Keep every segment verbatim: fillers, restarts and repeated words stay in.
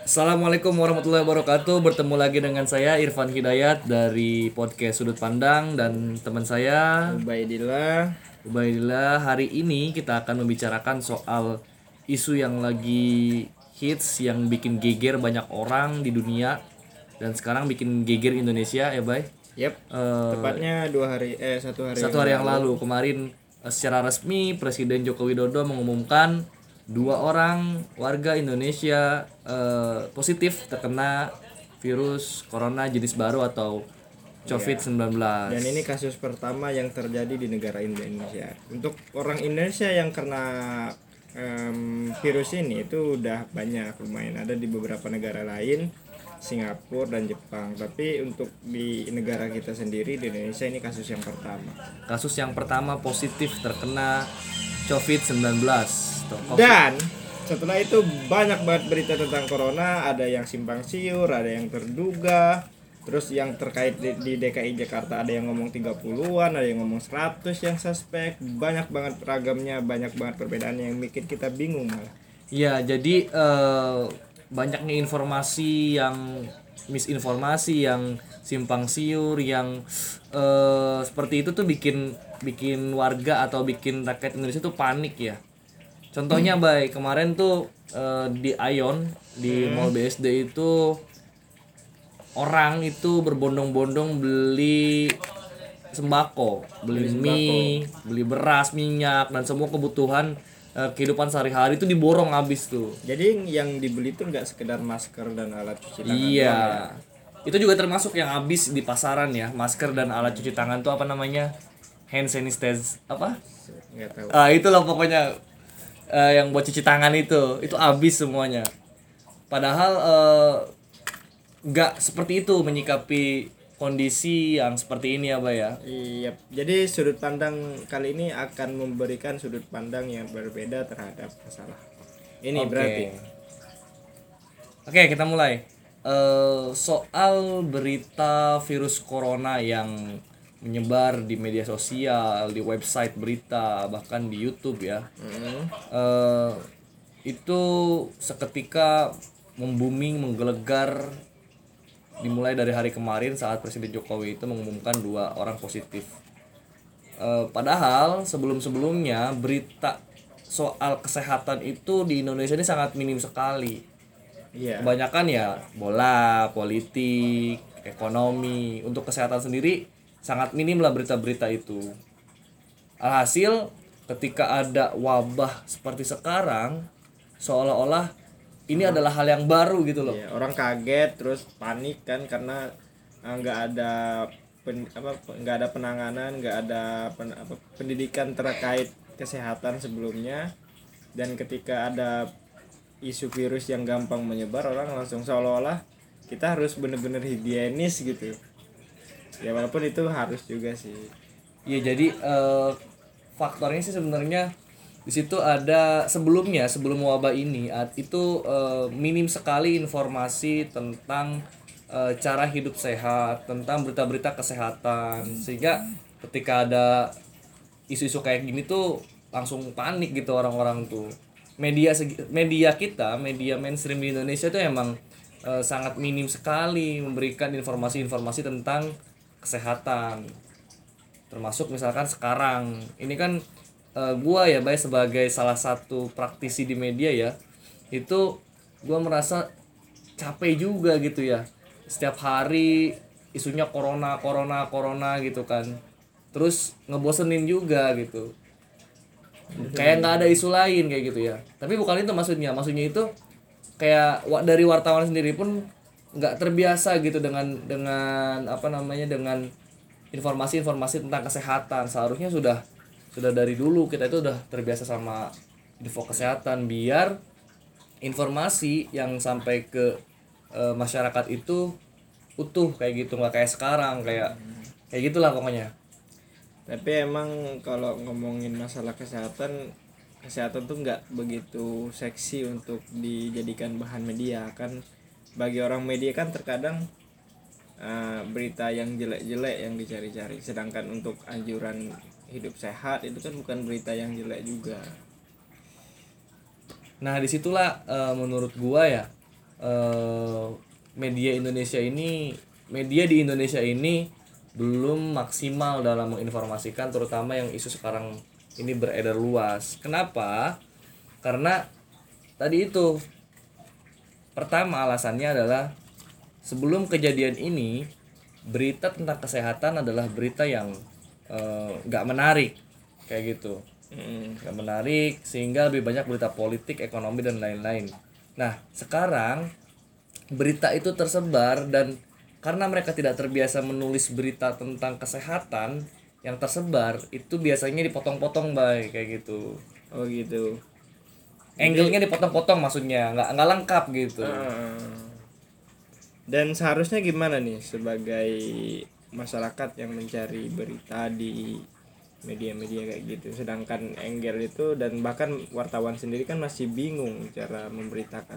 Assalamualaikum warahmatullahi wabarakatuh. Bertemu lagi dengan saya Irfan Hidayat dari podcast Sudut Pandang dan teman saya Ubaidillah. Ubaidillah. Hari ini kita akan membicarakan soal isu yang lagi hits yang bikin geger banyak orang di dunia dan sekarang bikin geger Indonesia ya, Bay. Yep. Eh, Tepatnya dua hari eh satu hari Satu hari yang lalu kemarin eh, secara resmi Presiden Joko Widodo mengumumkan dua orang warga Indonesia eh, positif terkena virus corona jenis baru atau covid sembilan belas. Dan ini kasus pertama yang terjadi di negara Indonesia. Untuk orang Indonesia yang kena em, virus ini itu udah banyak, lumayan ada di beberapa negara lain, Singapura dan Jepang. Tapi untuk di negara kita sendiri di Indonesia ini kasus yang pertama. Kasus yang pertama positif terkena covid sembilan belas. Tuh, COVID. Dan setelah itu banyak banget berita tentang corona, ada yang simpang siur, ada yang terduga. Terus yang terkait di, di D K I Jakarta ada yang ngomong tiga puluhan, ada yang ngomong seratus yang suspek. Banyak banget ragamnya, banyak banget perbedaannya yang bikin kita bingung malah. Ya, jadi eh, banyaknya informasi yang misinformasi, yang simpang siur, yang eh, seperti itu tuh bikin bikin warga atau bikin rakyat Indonesia tuh panik ya. Contohnya, Bay, kemarin tuh eh, di Aeon di Mall B S D itu orang itu berbondong-bondong beli sembako, beli, mie, beli beras, minyak dan semua kebutuhan eh, kehidupan sehari-hari itu diborong habis tuh. Jadi yang dibeli itu nggak sekedar masker dan alat cuci tangan. Iya. doang ya. Itu juga termasuk yang habis di pasaran ya, masker dan alat cuci tangan tuh apa namanya? Hand sanitizer apa? Nggak tahu. Ah, itulah pokoknya eh, yang buat cuci tangan itu, itu habis semuanya. Padahal eh, nggak seperti itu menyikapi kondisi yang seperti ini ya, Bay ya. Iya, jadi sudut pandang kali ini akan memberikan sudut pandang yang berbeda terhadap masalah ini. Oke. Berarti Oke, kita mulai. Eh, soal berita virus corona yang menyebar di media sosial, di website berita, bahkan di YouTube ya. Eh, itu seketika membuming, menggelegar dimulai dari hari kemarin saat Presiden Jokowi itu mengumumkan dua orang positif. Eh, padahal sebelum-sebelumnya berita soal kesehatan itu di Indonesia ini sangat minim sekali. iya. Kebanyakan ya bola, politik, ekonomi. Untuk kesehatan sendiri sangat minim lah berita-berita itu. Alhasil ketika ada wabah seperti sekarang, seolah-olah ini adalah hal yang baru gitu loh. Iya, orang kaget terus panik kan karena eh, nggak ada pen, apa nggak ada penanganan, nggak ada pen, apa, pendidikan terkait kesehatan sebelumnya, dan ketika ada isu virus yang gampang menyebar, orang langsung seolah-olah kita harus bener-bener higienis gitu. Ya walaupun itu harus juga sih. Iya, jadi eh, faktornya sih sebenarnya di situ ada sebelumnya sebelum wabah ini at- itu eh, minim sekali informasi tentang eh, cara hidup sehat, tentang berita-berita kesehatan, sehingga ketika ada isu-isu kayak gini tuh langsung panik gitu orang-orang tuh. Media segi- media kita, media mainstream di Indonesia tuh emang eh, sangat minim sekali memberikan informasi-informasi tentang kesehatan. Termasuk misalkan sekarang ini kan eh, gua ya baik sebagai salah satu praktisi di media ya, itu gua merasa capek juga gitu ya, setiap hari isunya corona corona corona gitu kan, terus ngebosenin juga gitu, kayak nggak ada isu lain kayak gitu ya. Tapi bukan itu maksudnya, maksudnya itu kayak wa- dari wartawan sendiri pun nggak terbiasa gitu dengan dengan apa namanya dengan informasi-informasi tentang kesehatan. Seharusnya sudah sudah dari dulu kita itu udah terbiasa sama info kesehatan, biar informasi yang sampai ke eh, masyarakat itu utuh kayak gitu, nggak kayak sekarang kayak kayak gitulah pokoknya. Tapi emang kalau ngomongin masalah kesehatan, kesehatan tuh nggak begitu seksi untuk dijadikan bahan media kan. Bagi orang media kan terkadang uh, berita yang jelek-jelek yang dicari-cari, sedangkan untuk anjuran hidup sehat itu kan bukan berita yang jelek juga. Nah disitulah eh, menurut gua ya eh, media Indonesia ini media di Indonesia ini belum maksimal dalam menginformasikan, terutama yang isu sekarang ini beredar luas. Kenapa? Karena tadi itu, pertama alasannya adalah sebelum kejadian ini berita tentang kesehatan adalah berita yang eh, nggak menarik kayak gitu, Mm. nggak menarik, sehingga lebih banyak berita politik, ekonomi dan lain-lain. Nah sekarang berita itu tersebar, dan karena mereka tidak terbiasa menulis berita tentang kesehatan, yang tersebar itu biasanya dipotong-potong bay kayak gitu, Oh gitu. angle-nya dipotong-potong, maksudnya nggak nggak lengkap gitu. Ah. Dan seharusnya gimana nih sebagai masyarakat yang mencari berita di media-media kayak gitu, sedangkan Engger itu dan bahkan wartawan sendiri kan masih bingung cara memberitakan.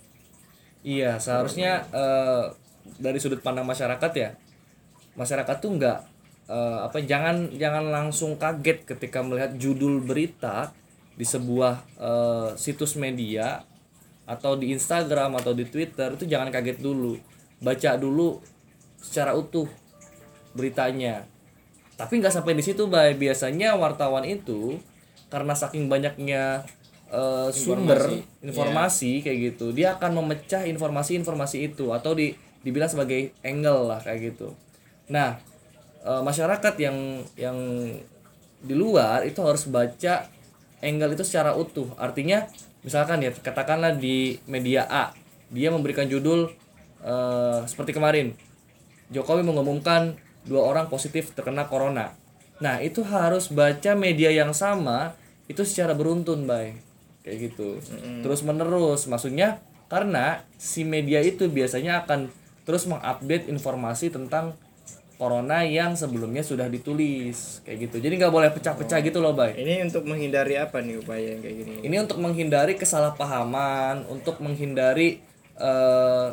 Iya, seharusnya eh, dari sudut pandang masyarakat ya, masyarakat tuh nggak eh, apa jangan jangan langsung kaget ketika melihat judul berita di sebuah eh, situs media atau di Instagram atau di Twitter. Itu jangan kaget dulu, baca dulu secara utuh beritanya. Tapi nggak sampai di situ, Bay. Biasanya wartawan itu karena saking banyaknya eh, sumber Informasi. informasi kayak gitu, dia akan memecah informasi-informasi itu, atau di dibilang sebagai angle lah kayak gitu. Nah, eh, masyarakat yang yang di luar itu harus baca angle itu secara utuh. Artinya misalkan ya, katakanlah di media A dia memberikan judul eh, seperti kemarin, Jokowi mengumumkan dua orang positif terkena corona. Nah itu harus baca media yang sama itu secara beruntun, bay, kayak gitu. Terus menerus, maksudnya karena si media itu biasanya akan terus mengupdate informasi tentang corona yang sebelumnya sudah ditulis kayak gitu. Jadi nggak boleh pecah-pecah gitu loh, bay. Ini untuk menghindari apa nih upaya yang kayak gini? Ini untuk menghindari kesalahpahaman, untuk menghindari eh,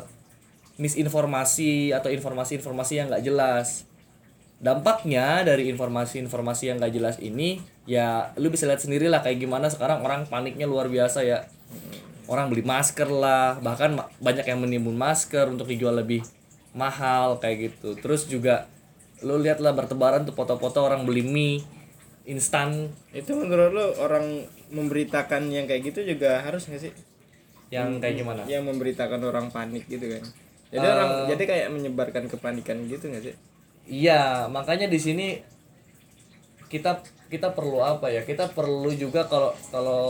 misinformasi atau informasi-informasi yang nggak jelas. Dampaknya dari informasi-informasi yang nggak jelas ini, ya lu bisa lihat sendiri lah kayak gimana sekarang orang paniknya luar biasa ya. Orang beli masker lah, bahkan ma- banyak yang menimbun masker untuk dijual lebih mahal kayak gitu. Terus juga lu lihat lah bertebaran tuh foto-foto orang beli mie instan Itu menurut lo orang memberitakan yang kayak gitu juga harus nggak sih? yang kayak gimana? Yang memberitakan orang panik gitu kan. Jadi Eh, orang jadi kayak menyebarkan kepanikan gitu nggak sih? Iya, makanya di sini kita kita perlu apa ya? Kita perlu juga, kalau kalau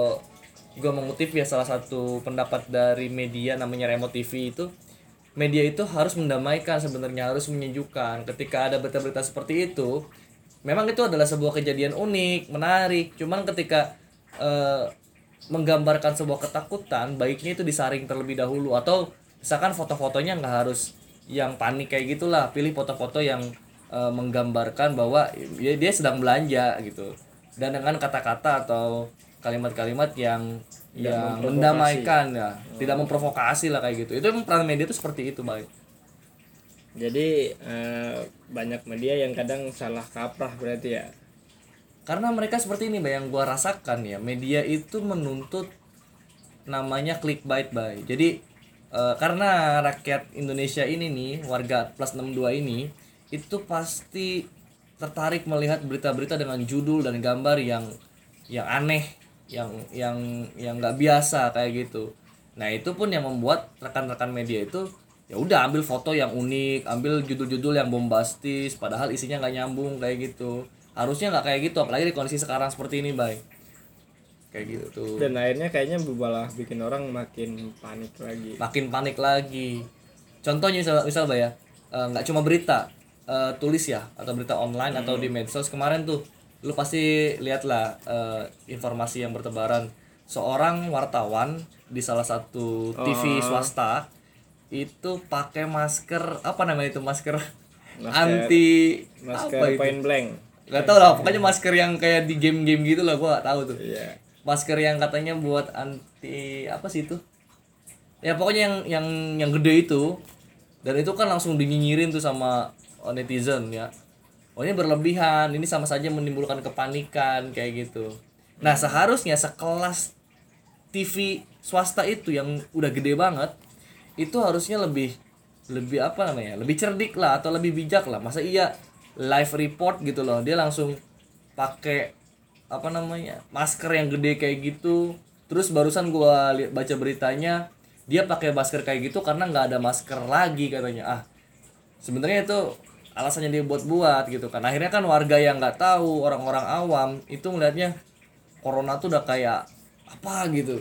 gue mengutip ya salah satu pendapat dari media namanya Remote T V itu, media itu harus mendamaikan sebenarnya, harus menyejukkan. Ketika ada berita-berita seperti itu, memang itu adalah sebuah kejadian unik, menarik. Cuman ketika eh, menggambarkan sebuah ketakutan, baiknya itu disaring terlebih dahulu, atau misalkan foto-fotonya nggak harus yang panik kayak gitulah, pilih foto-foto yang eh, menggambarkan bahwa dia, dia sedang belanja gitu, dan dengan kata-kata atau kalimat-kalimat yang Tidak yang memprovokasi. mendamaikan ya, tidak memprovokasi lah kayak gitu. Itu emang peran media itu seperti itu, baik. Jadi eh, banyak media yang kadang salah kaprah berarti ya. Karena mereka seperti ini, Bay, yang gua rasakan ya, media itu menuntut namanya clickbait, Bay. Jadi eh, karena rakyat Indonesia ini nih, warga plus enam puluh dua ini, itu pasti tertarik melihat berita-berita dengan judul dan gambar yang yang aneh, yang yang yang nggak biasa kayak gitu. Nah itu pun yang membuat rekan-rekan media itu ya udah ambil foto yang unik, ambil judul-judul yang bombastis, padahal isinya nggak nyambung kayak gitu. Harusnya nggak kayak gitu, apalagi di kondisi sekarang seperti ini, Bay, kayak gitu. Dan akhirnya kayaknya malah bikin orang makin panik lagi. Makin panik lagi. Contohnya misal, misal Bay ya, eh, nggak cuma berita eh, tulis ya, atau berita online atau di medsos kemarin tuh, lu pasti lihat lah eh, informasi yang bertebaran, seorang wartawan di salah satu T V swasta itu pakai masker, apa namanya itu, masker, Masker- anti Masker apa itu? point blank. Gak tau lah, pokoknya masker yang kayak di game-game gitu lah, gua gak tahu tuh. Iya. Masker yang katanya buat anti apa sih itu? Ya pokoknya yang yang yang gede itu. Dan itu kan langsung dinyinyirin tuh sama netizen ya. Oh ini berlebihan, ini sama saja menimbulkan kepanikan kayak gitu. Nah seharusnya sekelas T V swasta itu yang udah gede banget, itu harusnya lebih lebih apa namanya lebih cerdik lah atau lebih bijak lah. Masa iya live report gitu loh, dia langsung pakai apa namanya masker yang gede kayak gitu. Terus barusan gua lihat baca beritanya dia pakai masker kayak gitu karena nggak ada masker lagi katanya. Ah, sebenarnya itu alasannya dia buat-buat gitu kan. Akhirnya kan warga yang nggak tahu, orang-orang awam itu ngelihatnya corona tuh udah kayak apa gitu,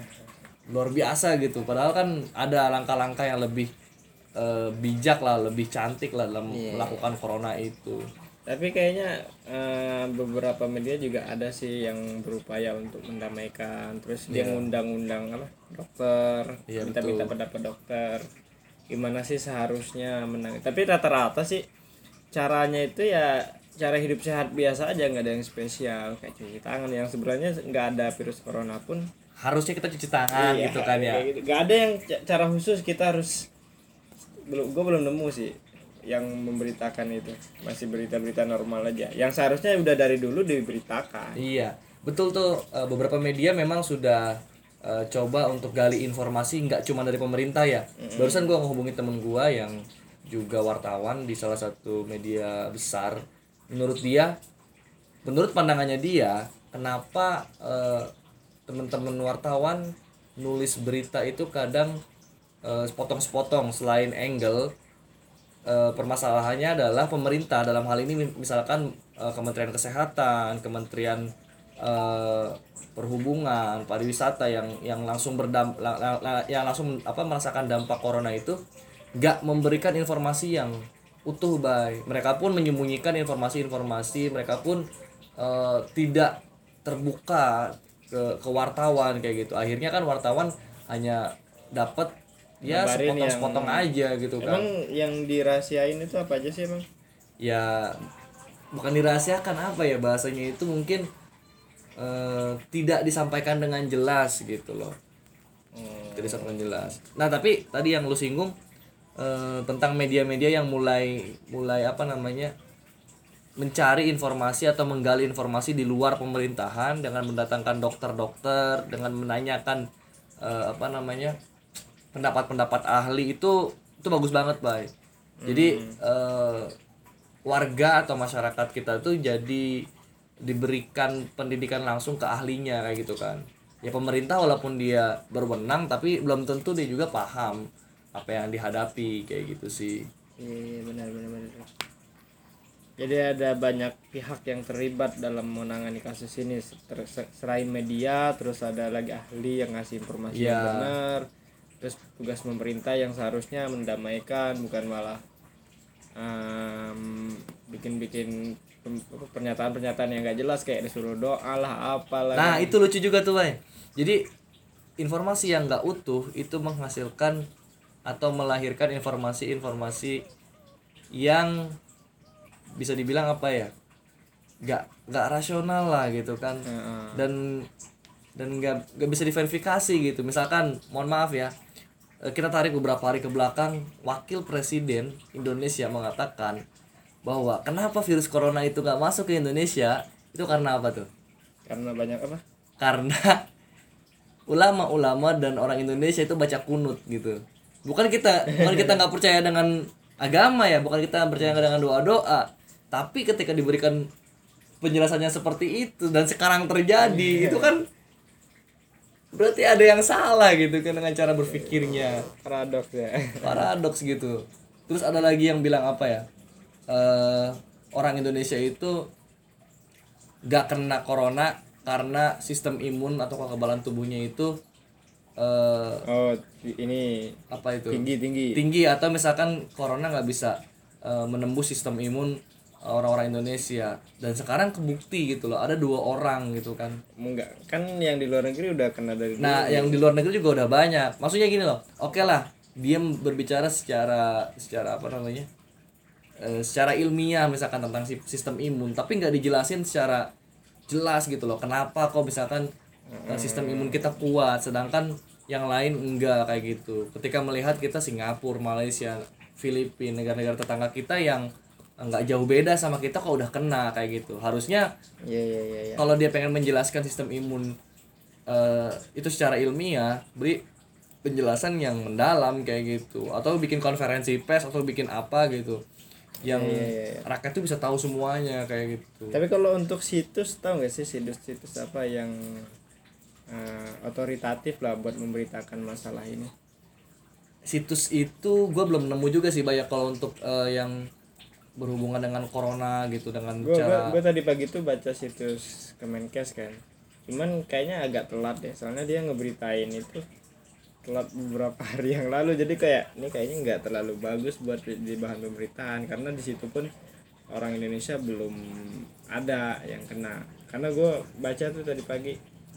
luar biasa gitu. Padahal kan ada langkah-langkah yang lebih eh, bijak lah, lebih cantik lah dalam Iya. melakukan corona itu. Tapi kayaknya eh, beberapa media juga ada sih yang berupaya untuk mendamaikan. Terus dia ngundang-undang apa dokter, Iya, minta-minta pendapat dokter. Gimana sih seharusnya menang? Tapi rata-rata sih caranya itu ya cara hidup sehat biasa aja, nggak ada yang spesial kayak cuci tangan yang sebenarnya nggak ada virus corona pun. Harusnya kita cuci tangan Iya, gitu kan ya. kayak gitu. Nggak ada yang ca- cara khusus kita harus, belum gue belum nemu sih yang memberitakan itu, masih berita-berita normal aja yang seharusnya udah dari dulu diberitakan. Iya, betul tuh. Eh, beberapa media memang sudah eh, coba untuk gali informasi nggak cuma dari pemerintah ya. Barusan gua ngehubungi temen gua yang juga wartawan di salah satu media besar. Menurut dia, menurut pandangannya dia, kenapa eh, teman-teman wartawan nulis berita itu kadang eh, sepotong-sepotong selain angle. Eh, permasalahannya adalah pemerintah dalam hal ini misalkan eh, Kementerian Kesehatan, Kementerian eh, Perhubungan, pariwisata yang yang langsung berdam la- la- la- yang langsung apa merasakan dampak corona itu nggak memberikan informasi yang utuh, bay. Mereka pun menyembunyikan informasi-informasi, mereka pun eh, tidak terbuka ke ke wartawan kayak gitu. Akhirnya kan wartawan hanya dapat ya Ngabarin sepotong-sepotong yang- aja gitu kan. Emang yang dirahasiain itu apa aja sih emang? Ya bukan dirahasiakan, apa ya bahasanya itu, mungkin eh, tidak disampaikan dengan jelas gitu loh. Hmm. Tidak disampaikan jelas. Nah tapi tadi yang lu singgung eh, tentang media-media yang mulai mulai apa namanya mencari informasi atau menggali informasi di luar pemerintahan dengan mendatangkan dokter-dokter, dengan menanyakan eh, apa namanya pendapat-pendapat ahli, itu itu bagus banget, Bay. Jadi eh, warga atau masyarakat kita tuh jadi diberikan pendidikan langsung ke ahlinya kayak gitu kan. Ya pemerintah walaupun dia berwenang tapi belum tentu dia juga paham apa yang dihadapi kayak gitu sih. Iya, iya, benar benar benar. Jadi ada banyak pihak yang terlibat dalam menangani kasus ini. Ter- selain media, terus ada lagi ahli yang ngasih informasi yang Iya. benar. Terus tugas pemerintah yang seharusnya mendamaikan, bukan malah em, bikin-bikin pem- apa, pernyataan-pernyataan yang gak jelas kayak disuruh doa lah apalah. Nah, itu lucu juga tuh, Bay. Jadi informasi yang nggak utuh itu menghasilkan atau melahirkan informasi-informasi yang bisa dibilang apa ya, nggak nggak rasional lah gitu kan. Heeh. dan dan nggak nggak bisa diverifikasi gitu. Misalkan mohon maaf ya, eh, kita tarik beberapa hari ke belakang, wakil presiden Indonesia mengatakan bahwa kenapa virus corona itu nggak masuk ke Indonesia itu karena apa tuh? Karena banyak apa? Karena ulama-ulama dan orang Indonesia itu baca kunut gitu. Bukan kita bukan kita nggak percaya dengan agama ya, bukan kita percaya dengan doa-doa, tapi ketika diberikan penjelasannya seperti itu dan sekarang terjadi, itu kan berarti ada yang salah gitu kan dengan cara berpikirnya. Paradoks ya. Paradoks gitu. Terus ada lagi yang bilang apa ya, eh orang Indonesia itu gak kena corona karena sistem imun atau kekebalan tubuhnya itu eh Oh, ini apa itu tinggi tinggi. tinggi atau misalkan corona nggak bisa eh, menembus sistem imun orang-orang Indonesia. Dan sekarang kebukti gitu loh, ada dua orang gitu kan. Enggak, kan yang di luar negeri udah kena dari Nah, dulu. yang di luar negeri juga udah banyak. Maksudnya gini loh. Oke lah, dia berbicara secara secara apa namanya? Eh, secara ilmiah misalkan tentang si- sistem imun, tapi nggak dijelasin secara jelas gitu loh. Kenapa kok misalkan eh, sistem imun kita kuat sedangkan yang lain enggak kayak gitu. Ketika melihat kita Singapura, Malaysia, Filipina, negara-negara tetangga kita yang nggak jauh beda sama kita kok udah kena kayak gitu. Harusnya Iya iya iya iya. kalau dia pengen menjelaskan sistem imun eh, itu secara ilmiah, beri penjelasan yang mendalam kayak gitu, atau bikin konferensi pers atau bikin apa gitu yang Iya, iya, iya. rakyat tuh bisa tahu semuanya kayak gitu. Tapi kalau untuk situs, tahu nggak sih situs-situs apa yang eh, otoritatif lah buat memberitakan masalah ini? Situs itu gue belum nemu juga sih banyak kalau untuk eh, yang berhubungan dengan corona gitu, dengan Gue cara gue tadi pagi tuh baca situs Kemenkes kan, cuman kayaknya agak telat deh, soalnya dia ngeberitain itu telat beberapa hari yang lalu, jadi kayak ini kayaknya nggak terlalu bagus buat di di bahan pemberitaan, karena di situ pun orang Indonesia belum ada yang kena, karena gue baca tuh tadi pagi.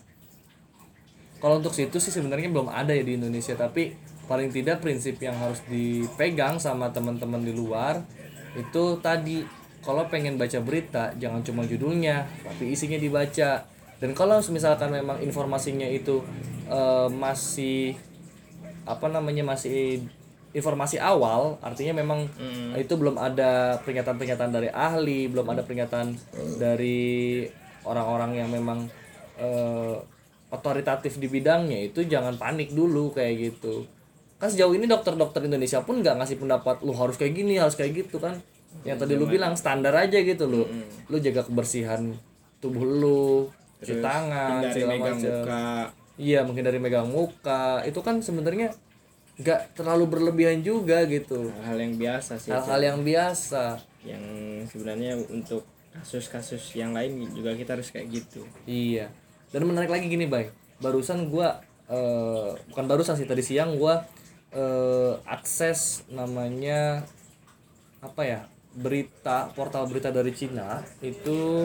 kalau untuk situs sih sebenarnya belum ada ya di Indonesia, tapi paling tidak prinsip yang harus dipegang sama teman-teman di luar itu tadi, kalau pengen baca berita jangan cuma judulnya tapi isinya dibaca. Dan kalau misalkan memang informasinya itu eh, masih apa namanya masih informasi awal, artinya memang Mm. itu belum ada pernyataan-pernyataan dari ahli, belum ada pernyataan dari orang-orang yang memang eh, otoritatif di bidangnya, itu jangan panik dulu kayak gitu. Kan sejauh ini dokter-dokter Indonesia pun nggak ngasih pendapat lu harus kayak gini, harus kayak gitu kan. Yang tadi lu bilang standar aja gitu lu. Lu jaga kebersihan tubuh lu, cuci Terus tangan, hindari segala megang macam. muka. Iya, mungkin dari megang muka. Itu kan sebenarnya nggak terlalu berlebihan juga gitu. Hal-hal yang biasa sih, Hal-hal yang biasa. yang sebenarnya untuk kasus-kasus yang lain juga kita harus kayak gitu. Iya. Dan menarik lagi gini, Bay. Barusan gua eh, bukan barusan sih, tadi siang gua eh, akses namanya apa ya? Berita, portal berita dari Cina itu,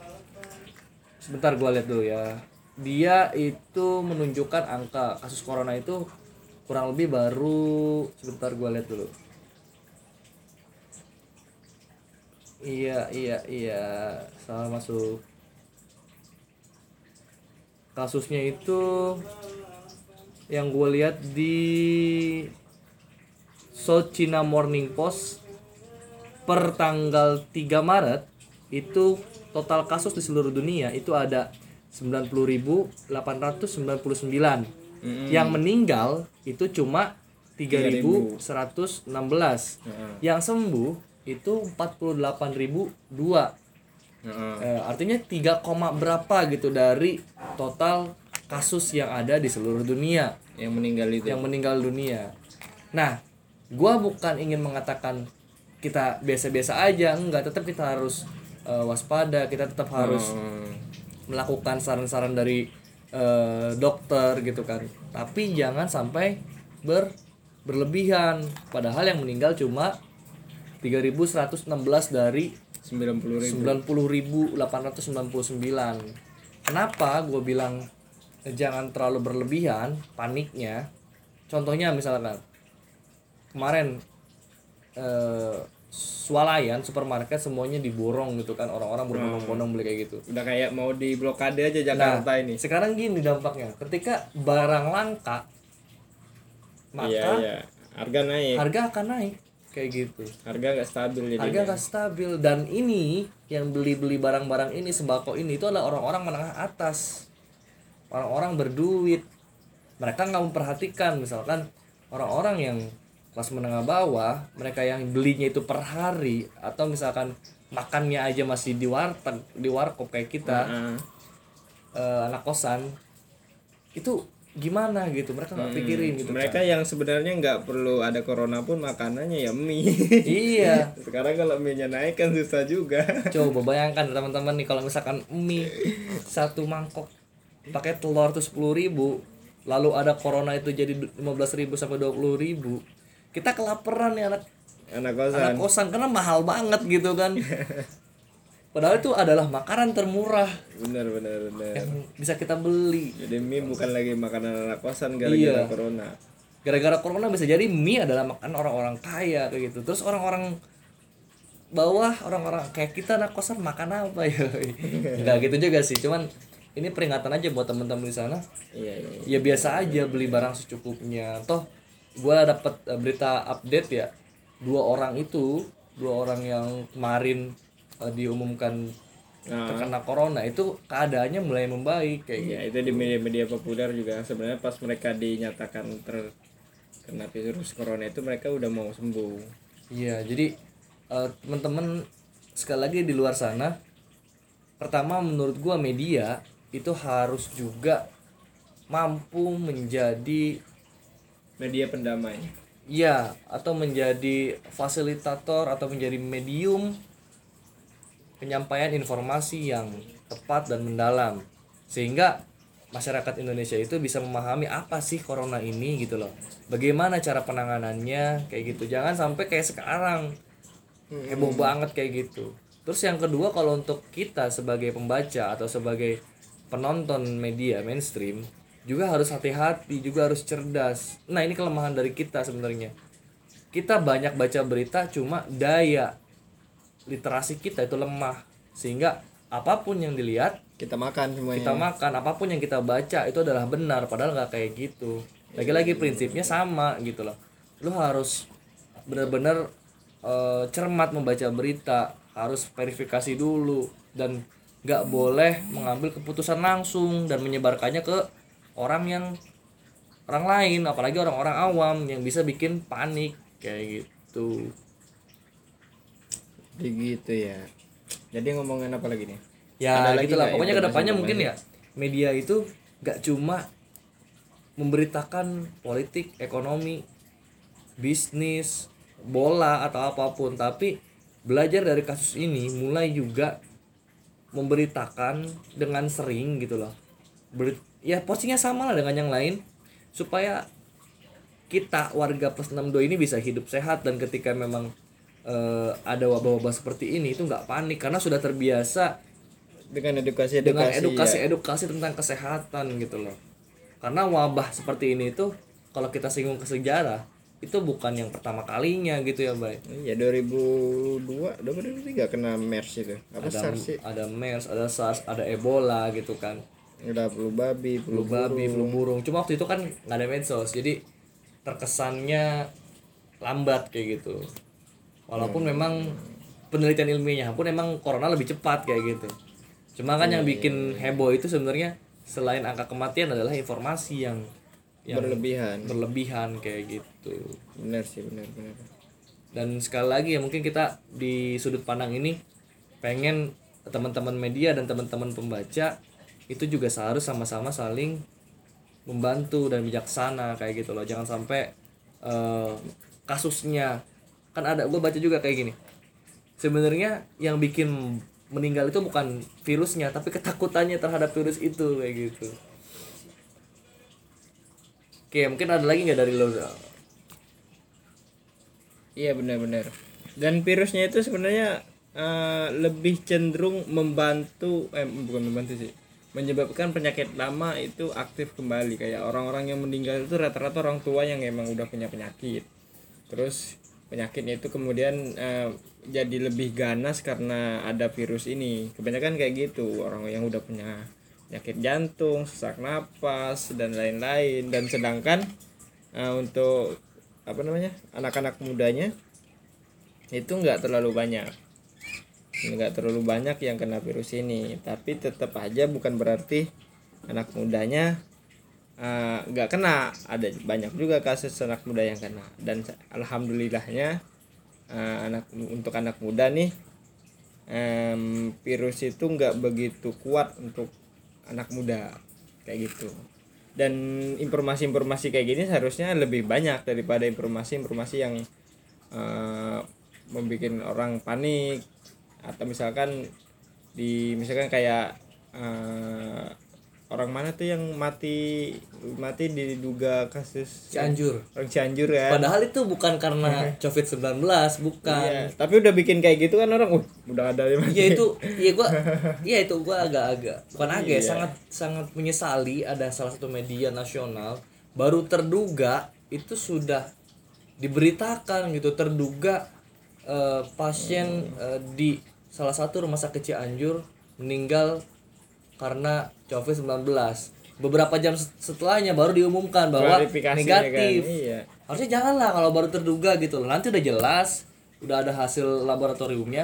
sebentar gua lihat dulu ya. Dia itu menunjukkan angka kasus corona itu kurang lebih baru, sebentar gua lihat dulu. Iya, iya, iya. Salah masuk. Kasusnya itu yang gue lihat di South China Morning Post per tanggal tiga Maret itu total kasus di seluruh dunia itu ada sembilan puluh ribu delapan ratus sembilan puluh sembilan. Mm-mm. Yang meninggal itu cuma tiga ribu seratus enam belas. Heeh. Yang sembuh itu empat puluh delapan ribu dua. Heeh. Eh, artinya tiga koma berapa gitu dari total kasus yang ada di seluruh dunia Yang meninggal itu. yang meninggal dunia. Nah, gua bukan ingin mengatakan kita biasa-biasa aja, enggak, tetap kita harus eh, waspada, kita tetap harus Oh. melakukan saran-saran dari eh, dokter gitu kan. Tapi jangan sampai ber berlebihan. Padahal yang meninggal cuma tiga ribu seratus enam belas dari sembilan puluh ribu. sembilan puluh ribu delapan ratus sembilan puluh sembilan. Kenapa gue bilang eh, jangan terlalu berlebihan paniknya? Contohnya misalkan kemarin eh, swalayan supermarket semuanya diborong gitu kan, orang-orang berbondong-bondong beli kayak gitu. Udah kayak mau di blokade aja Jakarta ini. Sekarang gini dampaknya, ketika barang langka maka Iya, iya. Harga naik. harga akan naik kayak gitu. Harga nggak stabil jadi. Harga nggak stabil, dan ini yang beli-beli barang-barang ini, sembako ini, itu adalah orang-orang menengah atas, orang-orang berduit. Mereka nggak memperhatikan misalkan orang-orang yang kelas menengah bawah, mereka yang belinya itu per hari, atau misalkan makannya aja masih di warteg, di warkop kayak kita, Heeh. eh, anak kosan, itu gimana gitu, mereka nggak pikirin gitu. Mereka kan. yang sebenarnya nggak perlu ada corona pun makanannya ya mie. Iya. Sekarang kalau mie-nya naik kan susah juga. Coba bayangkan teman-teman nih, kalau misalkan mie satu mangkok pakai telur tuh sepuluh ribu, lalu ada corona itu jadi lima belas ribu sampai dua puluh ribu, kita kelaparan nih anak Anak kosan. anak kosan, karena mahal banget gitu kan. Padahal itu adalah makanan termurah Bener bener bener. yang bisa kita beli. Jadi mie bukan lagi makanan anak kosan gara-gara Iya. corona. Gara-gara corona bisa jadi mie adalah makanan orang-orang kaya kayak gitu. Terus orang-orang bawah, orang-orang kayak kita anak kosan makan apa ya? Enggak gitu juga sih, cuman ini peringatan aja buat teman-teman di sana. Iya iya. Ya biasa aja beli barang secukupnya. Toh gua dapat eh, berita update ya, dua orang itu, dua orang yang kemarin eh, diumumkan Nah, terkena corona itu keadaannya mulai membaik kayak gitu. ya itu di media-media populer juga sebenarnya pas mereka dinyatakan terkena virus corona itu mereka udah mau sembuh. Iya, jadi eh, teman-teman sekali lagi di luar sana, pertama menurut gua media itu harus juga mampu menjadi Media pendamai. ya atau menjadi fasilitator atau menjadi medium penyampaian informasi yang tepat dan mendalam sehingga masyarakat Indonesia itu bisa memahami apa sih corona ini gitu loh. Bagaimana cara penanganannya kayak gitu. Jangan sampai kayak sekarang heboh banget kayak gitu. Terus yang kedua kalau untuk kita sebagai pembaca atau sebagai penonton media mainstream juga harus hati-hati, juga harus cerdas. Nah, ini kelemahan dari kita sebenarnya. Kita banyak baca berita cuma daya literasi kita itu lemah sehingga apapun yang dilihat Kita makan semuanya. kita makan, apapun yang kita baca itu adalah benar padahal nggak kayak gitu. Lagi-lagi prinsipnya sama gitu loh. Lu harus benar-benar eh, cermat membaca berita, harus verifikasi dulu dan nggak boleh mengambil keputusan langsung dan menyebarkannya ke orang yang orang lain, apalagi orang-orang awam yang bisa bikin panik kayak gitu. Begitu ya. Jadi ngomongin apa lagi nih? Ya Ada lagi gitulah nggak pokoknya kedepannya mungkin informasi-informasi? ya media itu gak cuma memberitakan politik, ekonomi, bisnis, bola atau apapun, tapi belajar dari kasus ini mulai juga memberitakan dengan sering gitu loh. Beri- ya postingnya sama lah dengan yang lain supaya kita warga plus enam puluh dua ini bisa hidup sehat dan ketika memang eh, ada wabah-wabah seperti ini itu nggak panik karena sudah terbiasa Dengan edukasi dengan edukasi. edukasi-edukasi tentang kesehatan gitu loh. Karena wabah seperti ini tuh kalau kita singgung ke sejarah itu bukan yang pertama kalinya gitu ya, Bay. Iya dua ribu dua, dua ribu tiga kena MERS itu. Apa Ada SARS sih? ada MERS, ada SARS, ada Ebola gitu kan. Udah flu babi, Flu flu babi, flu burung. burung. Cuma waktu itu kan nggak ada medsos, jadi terkesannya lambat kayak gitu. Walaupun memang penelitian ilmiahnya pun emang corona lebih cepat kayak gitu. Cuma kan yang bikin heboh itu sebenarnya selain angka kematian adalah informasi yang yang Berlebihan. berlebihan kayak gitu. Benar sih, benar benar. Dan sekali lagi ya mungkin kita di sudut pandang ini pengen teman-teman media dan teman-teman pembaca itu juga seharus sama-sama saling membantu dan bijaksana kayak gitu loh. Jangan sampai eh, kasusnya kan ada gue baca juga kayak gini. Sebenarnya yang bikin meninggal itu bukan virusnya tapi ketakutannya terhadap virus itu kayak gitu. Oke, mungkin ada lagi nggak dari lo? Iya benar-benar. Dan virusnya itu sebenarnya eh, lebih cenderung membantu eh bukan membantu sih. Menyebabkan penyakit lama itu aktif kembali kayak orang-orang yang meninggal itu rata-rata orang tua yang emang udah punya penyakit. Terus penyakitnya itu kemudian eh, jadi lebih ganas karena ada virus ini. Kebanyakan kayak gitu, orang yang udah punya penyakit jantung, sesak napas dan lain-lain. Dan sedangkan eh, untuk apa namanya anak-anak mudanya itu nggak terlalu banyak nggak terlalu banyak yang kena virus ini, tapi tetap aja bukan berarti anak mudanya eh, nggak uh, kena. Ada banyak juga kasus anak muda yang kena dan alhamdulillahnya uh, anak untuk anak muda nih um, virus itu nggak begitu kuat untuk anak muda kayak gitu. Dan informasi-informasi kayak gini seharusnya lebih banyak daripada informasi-informasi yang uh, membuat orang panik atau misalkan di misalkan kayak uh, orang mana tuh yang mati mati diduga kasus Cianjur. Orang Cianjur ya. Padahal itu bukan karena covid sembilan belas, bukan. Iya, tapi udah bikin kayak gitu kan orang, uh, udah ada yang mati. Iya itu, iya gua, iya itu gua agak-agak, bukan agak, ya, Iya. sangat sangat menyesali ada salah satu media nasional baru terduga itu sudah diberitakan gitu terduga eh, pasien eh, di salah satu rumah sakit Cianjur meninggal karena covid sembilan belas. Beberapa jam setelahnya baru diumumkan bahwa Klarifikasinya negatif. kan, iya. Harusnya janganlah kalau baru terduga gitu loh. Nanti udah jelas, udah ada hasil laboratoriumnya,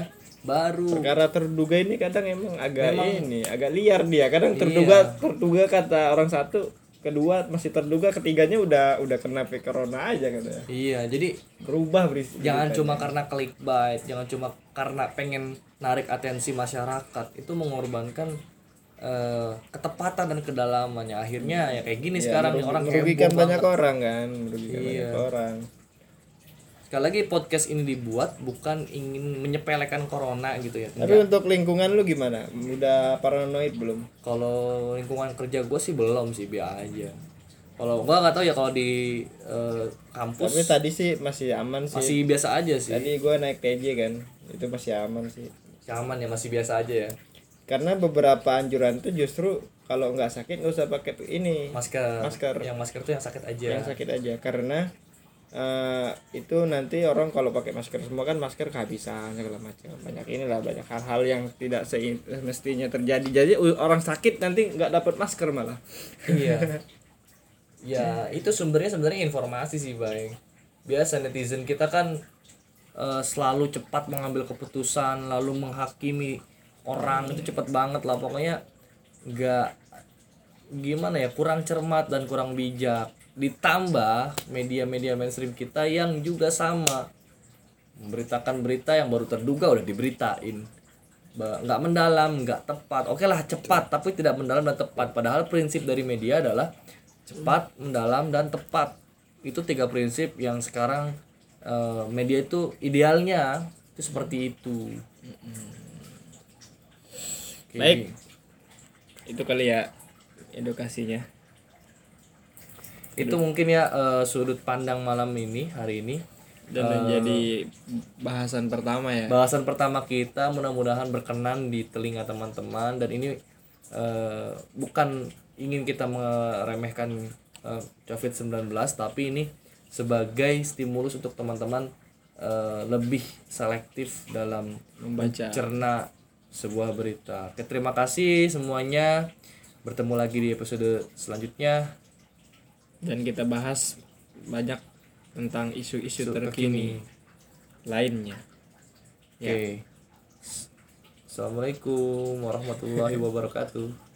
baru. Perkara terduga ini kadang emang agak Memang- ini, agak liar dia. Kadang terduga terduga kata orang satu, kedua masih terduga, ketiganya udah udah kena corona aja katanya. Iya, jadi Berubah berisi. jangan cuma karena clickbait, jangan cuma karena pengen narik atensi masyarakat, itu mengorbankan eh, ketepatan dan kedalamannya. Akhirnya ya kayak gini sekarang nih, orang merugikan heboh banyak banget. orang kan, merugikan Iya. banyak orang. Sekali lagi podcast ini dibuat bukan ingin menyepelekan corona gitu ya. Tapi untuk lingkungan lu gimana? Udah paranoid belum? Kalau lingkungan kerja gue sih belum sih, biasa aja. Kalau gua nggak tahu ya kalau di eh, kampus Tapi tadi sih masih aman sih. masih biasa aja sih. Tadi gua naik T J kan, itu masih aman sih. Aman ya, masih biasa aja ya. Karena beberapa anjuran tuh justru kalau nggak sakit nggak usah pakai ini Masker. Masker. Yang masker tuh yang sakit aja. yang sakit aja, karena eh, itu nanti orang kalau pakai masker semua kan masker kehabisan segala macam, banyak inilah, banyak hal-hal yang tidak semestinya terjadi. Jadi u- orang sakit nanti nggak dapat masker malah. Iya. Ya, itu sumbernya sebenarnya informasi sih, Bang. Biasa netizen kita kan eh, selalu cepat mengambil keputusan, lalu menghakimi orang itu cepat banget lah. Pokoknya nggak gimana ya, kurang cermat dan kurang bijak. Ditambah media-media mainstream kita yang juga sama memberitakan berita yang baru terduga udah diberitain. Ba- nggak mendalam, nggak tepat. Oke lah, cepat tapi tidak mendalam dan tepat. Padahal prinsip dari media adalah cepat, mendalam, dan tepat. Itu tiga prinsip yang sekarang eh, media itu idealnya itu seperti itu. Oke. Baik. Itu kali ya edukasinya. Itu mungkin ya eh, sudut pandang malam ini, hari ini. Dan menjadi bahasan pertama ya. Bahasan pertama kita mudah-mudahan berkenan di telinga teman-teman, dan ini eh, bukan ingin kita meremehkan eh, covid sembilan belas, tapi ini sebagai stimulus untuk teman-teman eh, lebih selektif dalam Membaca. mencerna sebuah berita. Oke, terima kasih semuanya. Bertemu lagi di episode selanjutnya. Dan kita bahas banyak tentang isu-isu Isu terkini lainnya. Oke. Assalamualaikum warahmatullahi wabarakatuh.